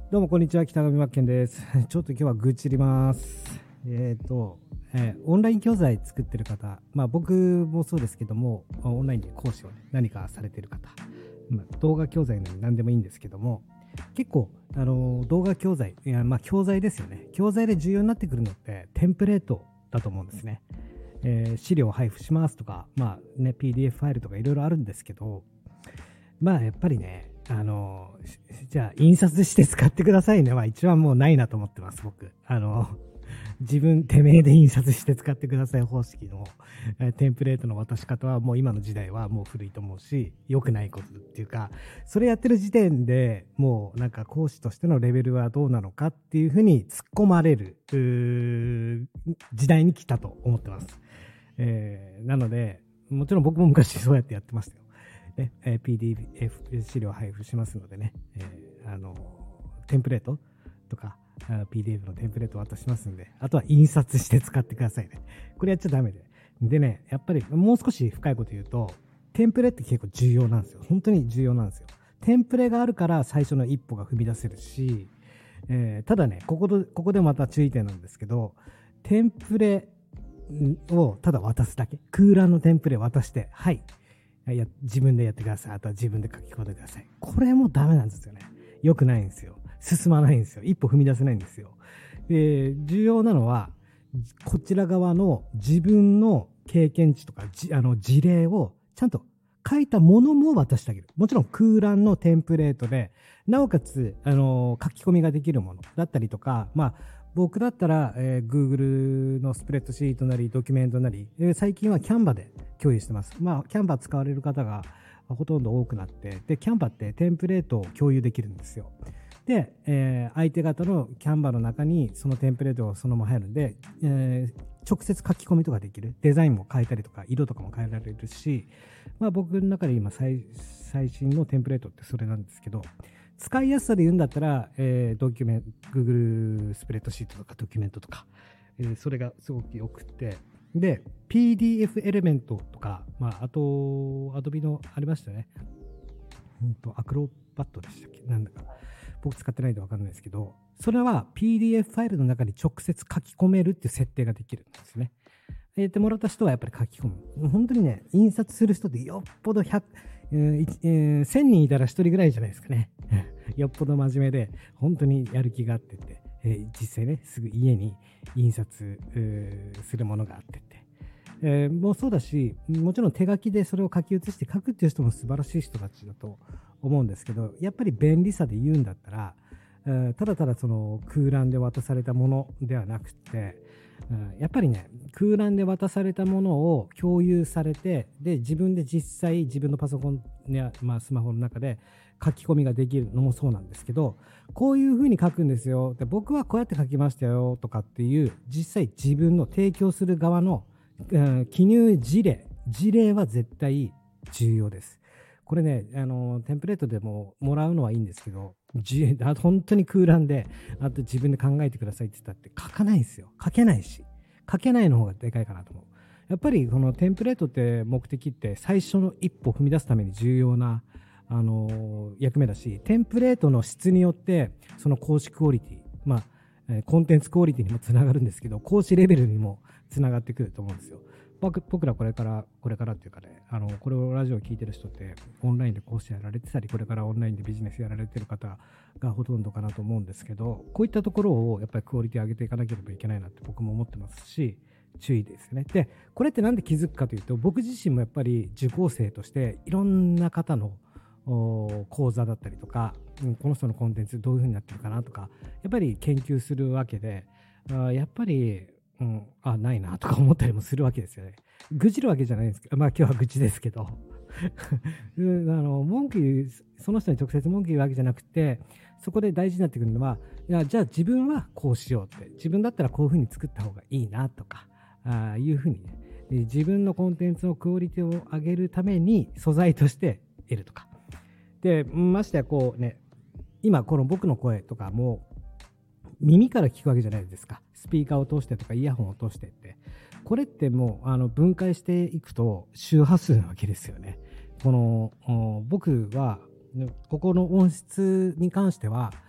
どうもこんにちは、北上真剣です。ちょっと今日は愚痴ります。オンライン教材作ってる方、僕もそうですけども、オンラインで講師を、何かされてる方、動画教材なのに何でもいいんですけども、結構、動画教材、教材ですよね。教材で重要になってくるのってテンプレートだと思うんですね。資料を配布しますとか、PDF ファイルとかいろいろあるんですけど、やっぱりね、じゃあ印刷して使ってくださいねは一番もうないなと思ってます、僕。てめえで印刷して使ってください方式のテンプレートの渡し方はもう今の時代はもう古いと思うし、良くないことっていうか、それやってる時点でもうなんか講師としてのレベルはどうなのかっていうふうに突っ込まれる時代に来たと思ってます。なので、もちろん僕も昔そうやってやってましたよ。PDF 資料配布しますのでね、テンプレートとか PDF のテンプレート渡しますんで、あとは印刷して使ってくださいね。これやっちゃダメで。でね、やっぱりもう少し深いこと言うと、テンプレって結構重要なんですよ。本当に重要なんですよ。テンプレがあるから最初の一歩が踏み出せるし、ただね、ここでまた注意点なんですけど、テンプレをただ渡すだけ。空欄のテンプレ渡して、はい。自分でやってください。あとは自分で書き込んでください。これもダメなんですよね。良くないんですよ。進まないんですよ。一歩踏み出せないんですよ。で、重要なのは、こちら側の自分の経験値とか事例をちゃんと書いたものも渡してあげる。もちろん空欄のテンプレートで、なおかつ、書き込みができるものだったりとか、僕だったら、Google のスプレッドシートなりドキュメントなり、最近は Canva で共有してます。Canva 使われる方がほとんど多くなって、で、Canva ってテンプレートを共有できるんですよ。で、相手方の Canva の中にそのテンプレートがそのまま入るんで、直接書き込みとかできる。デザインも変えたりとか、色とかも変えられるし、僕の中で今最新のテンプレートってそれなんですけど、使いやすさで言うんだったら、Google スプレッドシートとかドキュメントとか、それがすごくよくて、で、PDF エレメントとか、あと、Adobe のありましたね。アクロバットでしたっけ、なんだか。僕使ってないと分かんないですけど、それは PDF ファイルの中に直接書き込めるっていう設定ができるんですね。入れてもらった人はやっぱり書き込む。本当にね、印刷する人ってよっぽど1000人いたら1人ぐらいじゃないですかね。よっぽど真面目で、本当にやる気があってて、実際ね、すぐ家に印刷するものがあってて、もうそうだし、もちろん手書きでそれを書き写して書くっていう人も素晴らしい人たちだと思うんですけど、やっぱり便利さで言うんだったら、ただただその空欄で渡されたものではなくて、やっぱりね、空欄で渡されたものを共有されて、で、自分で実際自分のパソコンや、スマホの中で書き込みができるのもそうなんですけど、こういうふうに書くんですよ。で、僕はこうやって書きましたよとかっていう、実際自分の提供する側の、記入事例は絶対重要です。これね、テンプレートでももらうのはいいんですけど、本当に空欄で、あと自分で考えてくださいって言ったって書かないんですよ。書けないし。書けないの方がでかいかなと思う。やっぱりこのテンプレートって目的って最初の一歩を踏み出すために重要な、役目だし、テンプレートの質によってその講師クオリティ、コンテンツクオリティにもつながるんですけど、講師レベルにもつながってくると思うんですよ。僕らこれからっていうかね、これをラジオを聞いてる人ってオンラインで講師やられてたり、これからオンラインでビジネスやられてる方がほとんどかなと思うんですけど、こういったところをやっぱりクオリティ上げていかなければいけないなって僕も思ってますし、注意ですね。で、これってなんで気づくかというと、僕自身もやっぱり受講生としていろんな方の講座だったりとか、この人のコンテンツどういう風になってるかなとか、やっぱり研究するわけで、やっぱりないなとか思ったりもするわけですよね。愚痴るわけじゃないんですけど、今日は愚痴ですけどその人に直接文句言うわけじゃなくて、そこで大事になってくるのは、じゃあ自分はこうしようって、自分だったらこういうふうに作った方がいいなとか、いうふうにね、自分のコンテンツのクオリティを上げるために素材として得るとか。で、ましてや今この僕の声とかも、耳から聞くわけじゃないですか。スピーカーを通してとかイヤホンを通してって。これってもう分解していくと周波数なわけですよね。僕はここの音質に関しては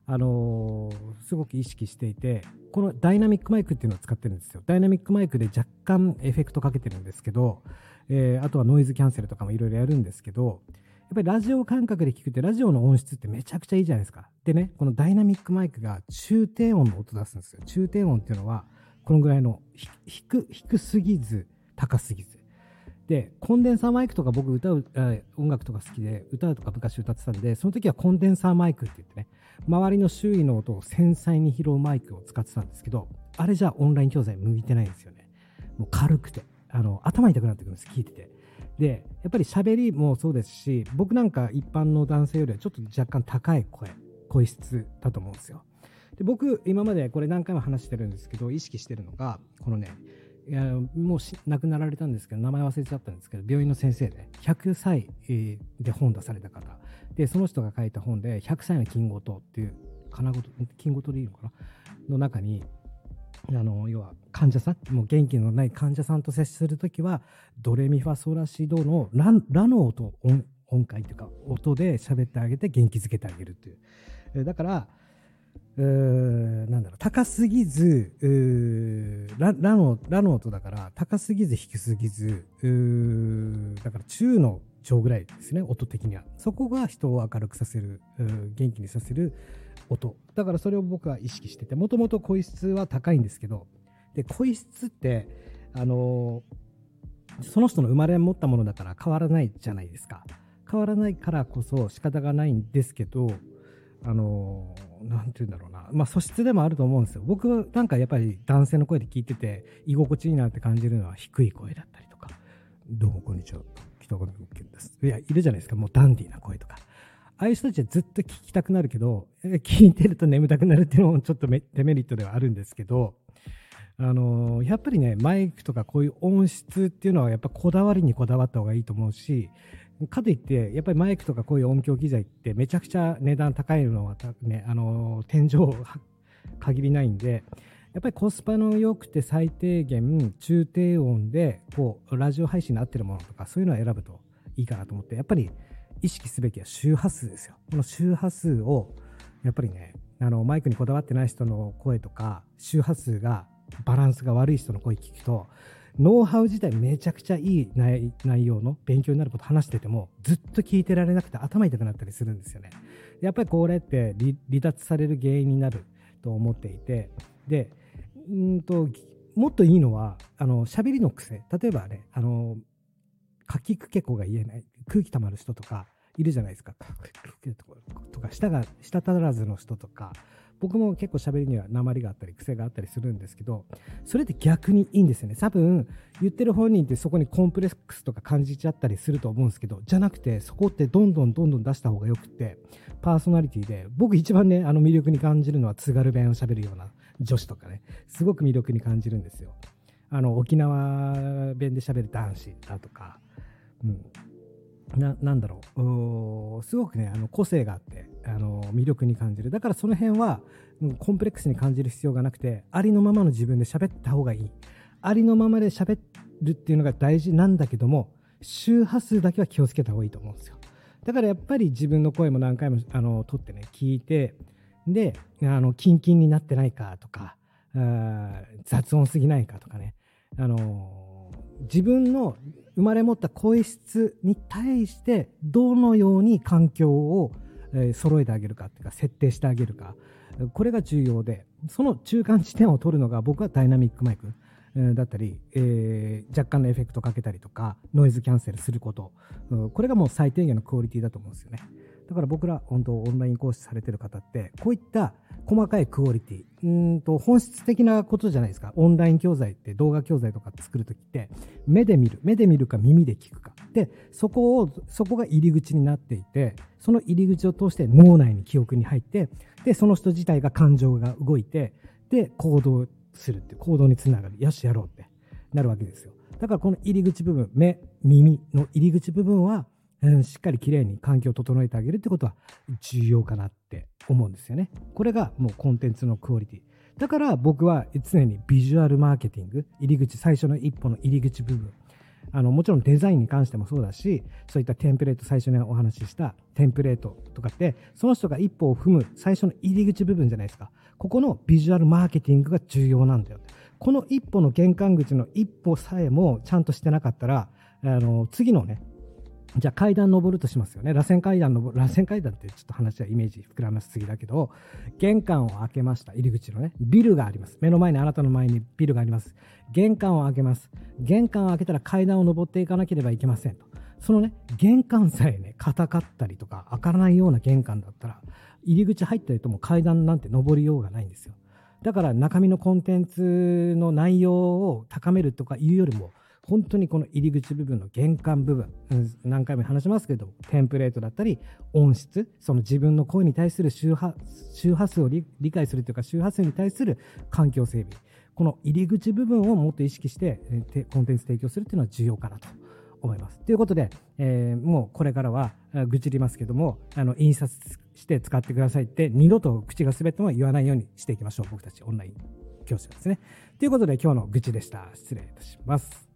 すごく意識していて、このダイナミックマイクっていうのを使ってるんですよ。ダイナミックマイクで若干エフェクトかけてるんですけど、あとはノイズキャンセルとかもいろいろやるんですけど、やっぱりラジオ感覚で聞くってラジオの音質ってめちゃくちゃいいじゃないですか。でね、このダイナミックマイクが中低音の音出すんですよ。中低音っていうのはこのぐらいの低すぎず高すぎずで、コンデンサーマイクとか僕音楽とか好きで歌うとか昔歌ってたんで、その時はコンデンサーマイクって言ってね、周りの周囲の音を繊細に拾うマイクを使ってたんですけど、あれじゃオンライン教材向いてないんですよね。もう軽くて頭痛くなってくるんです、聞いてて。でやっぱり喋りもそうですし、僕なんか一般の男性よりはちょっと若干高い声質だと思うんですよ。で僕今までこれ何回も話してるんですけど、意識してるのがこのね、もう亡くなられたんですけど、名前忘れちゃったんですけど、病院の先生で100歳で本出された方で、その人が書いた本で100歳の金ごとっていう金ごとでいいのかなの中に、要は患者さん、もう元気のない患者さんと接するときはドレミファソラシドのラの音、音階というか音で喋ってあげて元気づけてあげるっていう、だからなんだろう、高すぎずラの音だから高すぎず低すぎずだから中の上ぐらいですね、音的には。そこが人を明るくさせる、元気にさせる音だから、それを僕は意識してて、もともと声質は高いんですけど、で声質ってその人の生まれ持ったものだから変わらないじゃないですか。変わらないからこそ仕方がないんですけど、なんていうんだろうな、素質でもあると思うんですよ。僕なんかやっぱり男性の声で聞いてて居心地いいなって感じるのは低い声だったりとか、どうもこんにちは、北上健です、いるじゃないですか、もうダンディーな声とか。ああいう人たちはずっと聞きたくなるけど、聞いてると眠たくなるっていうのもちょっとデメリットではあるんですけど、やっぱりね、マイクとかこういう音質っていうのはやっぱこだわりにこだわった方がいいと思うし、かといってやっぱりマイクとかこういう音響機材ってめちゃくちゃ値段高いのはね、天井限りないんで、やっぱりコスパの良くて最低限中低音でこうラジオ配信になってるものとかそういうのを選ぶといいかなと思って、やっぱり意識すべきは周波数ですよ。この周波数をやっぱりね、マイクにこだわってない人の声とか周波数がバランスが悪い人の声聞くと、ノウハウ自体めちゃくちゃいい内容の勉強になること話しててもずっと聞いてられなくて頭痛くなったりするんですよね。やっぱりこれって離脱される原因になると思っていて、でもっといいのは喋りの癖、例えばね、かきくけこが言えない、空気溜まる人とかいるじゃないですか。とか舌足らずの人とか、僕も結構喋りには訛りがあったり癖があったりするんですけど、それって逆にいいんですよね。多分言ってる本人ってそこにコンプレックスとか感じちゃったりすると思うんですけど、じゃなくてそこってどんどん出した方がよくて、パーソナリティで僕一番ね魅力に感じるのは津軽弁を喋るような女子とかね、すごく魅力に感じるんですよ。沖縄弁で喋る男子だとか、なんだろう、すごくね個性があって魅力に感じる。だからその辺はコンプレックスに感じる必要がなくて、ありのままの自分で喋った方がいい。ありのままで喋るっていうのが大事なんだけども、周波数だけは気をつけた方がいいと思うんですよ。だからやっぱり自分の声も何回も撮ってね聞いて、でキンキンになってないかとか、雑音すぎないかとかね、自分の生まれ持った声質に対してどのように環境を揃えてあげるかっていうか設定してあげるか、これが重要で、その中間地点を取るのが僕はダイナミックマイクだったり、若干のエフェクトかけたりとかノイズキャンセルすること、これがもう最低限のクオリティだと思うんですよね。だから僕ら本当オンライン講師されてる方ってこういった細かいクオリティ、本質的なことじゃないですか。オンライン教材って動画教材とか作るときって目で見るか耳で聞くかで、そこが入り口になっていて、その入り口を通して脳内に記憶に入って、でその人自体が感情が動いて、で行動するっていう行動につながる、よしやろうってなるわけですよ。だからこの入り口部分、目耳の入り口部分はしっかりきれいに環境を整えてあげるってことは重要かなって思うんですよね。これがもうコンテンツのクオリティだから、僕は常にビジュアルマーケティング、入り口、最初の一歩の入り口部分、 もちろんデザインに関してもそうだし、そういったテンプレート、最初にお話ししたテンプレートとかって、その人が一歩を踏む最初の入り口部分じゃないですか。ここのビジュアルマーケティングが重要なんだよ。この一歩の玄関口の一歩さえもちゃんとしてなかったら、次のね、じゃあ階段登るとしますよね。螺旋階段ってちょっと話はイメージ膨らますぎだけど、玄関を開けました。入り口のね、ビルがあります。目の前に、あなたの前にビルがあります。玄関を開けます。玄関を開けたら階段を登っていかなければいけませんと。そのね、玄関さえね、硬かったりとか開かないような玄関だったら、入り口入ったりとも階段なんて登りようがないんですよ。だから中身のコンテンツの内容を高めるとかいうよりも、本当にこの入り口部分の玄関部分、何回も話しますけど、テンプレートだったり音質、その自分の声に対する周波数を理解するというか、周波数に対する環境整備、この入り口部分をもっと意識してコンテンツ提供するっていうのは重要かなと思います。ということで、もうこれからは愚痴りますけども、印刷して使ってくださいって二度と口が滑っても言わないようにしていきましょう。僕たちオンライン教師ですね。ということで今日の愚痴でした。失礼いたします。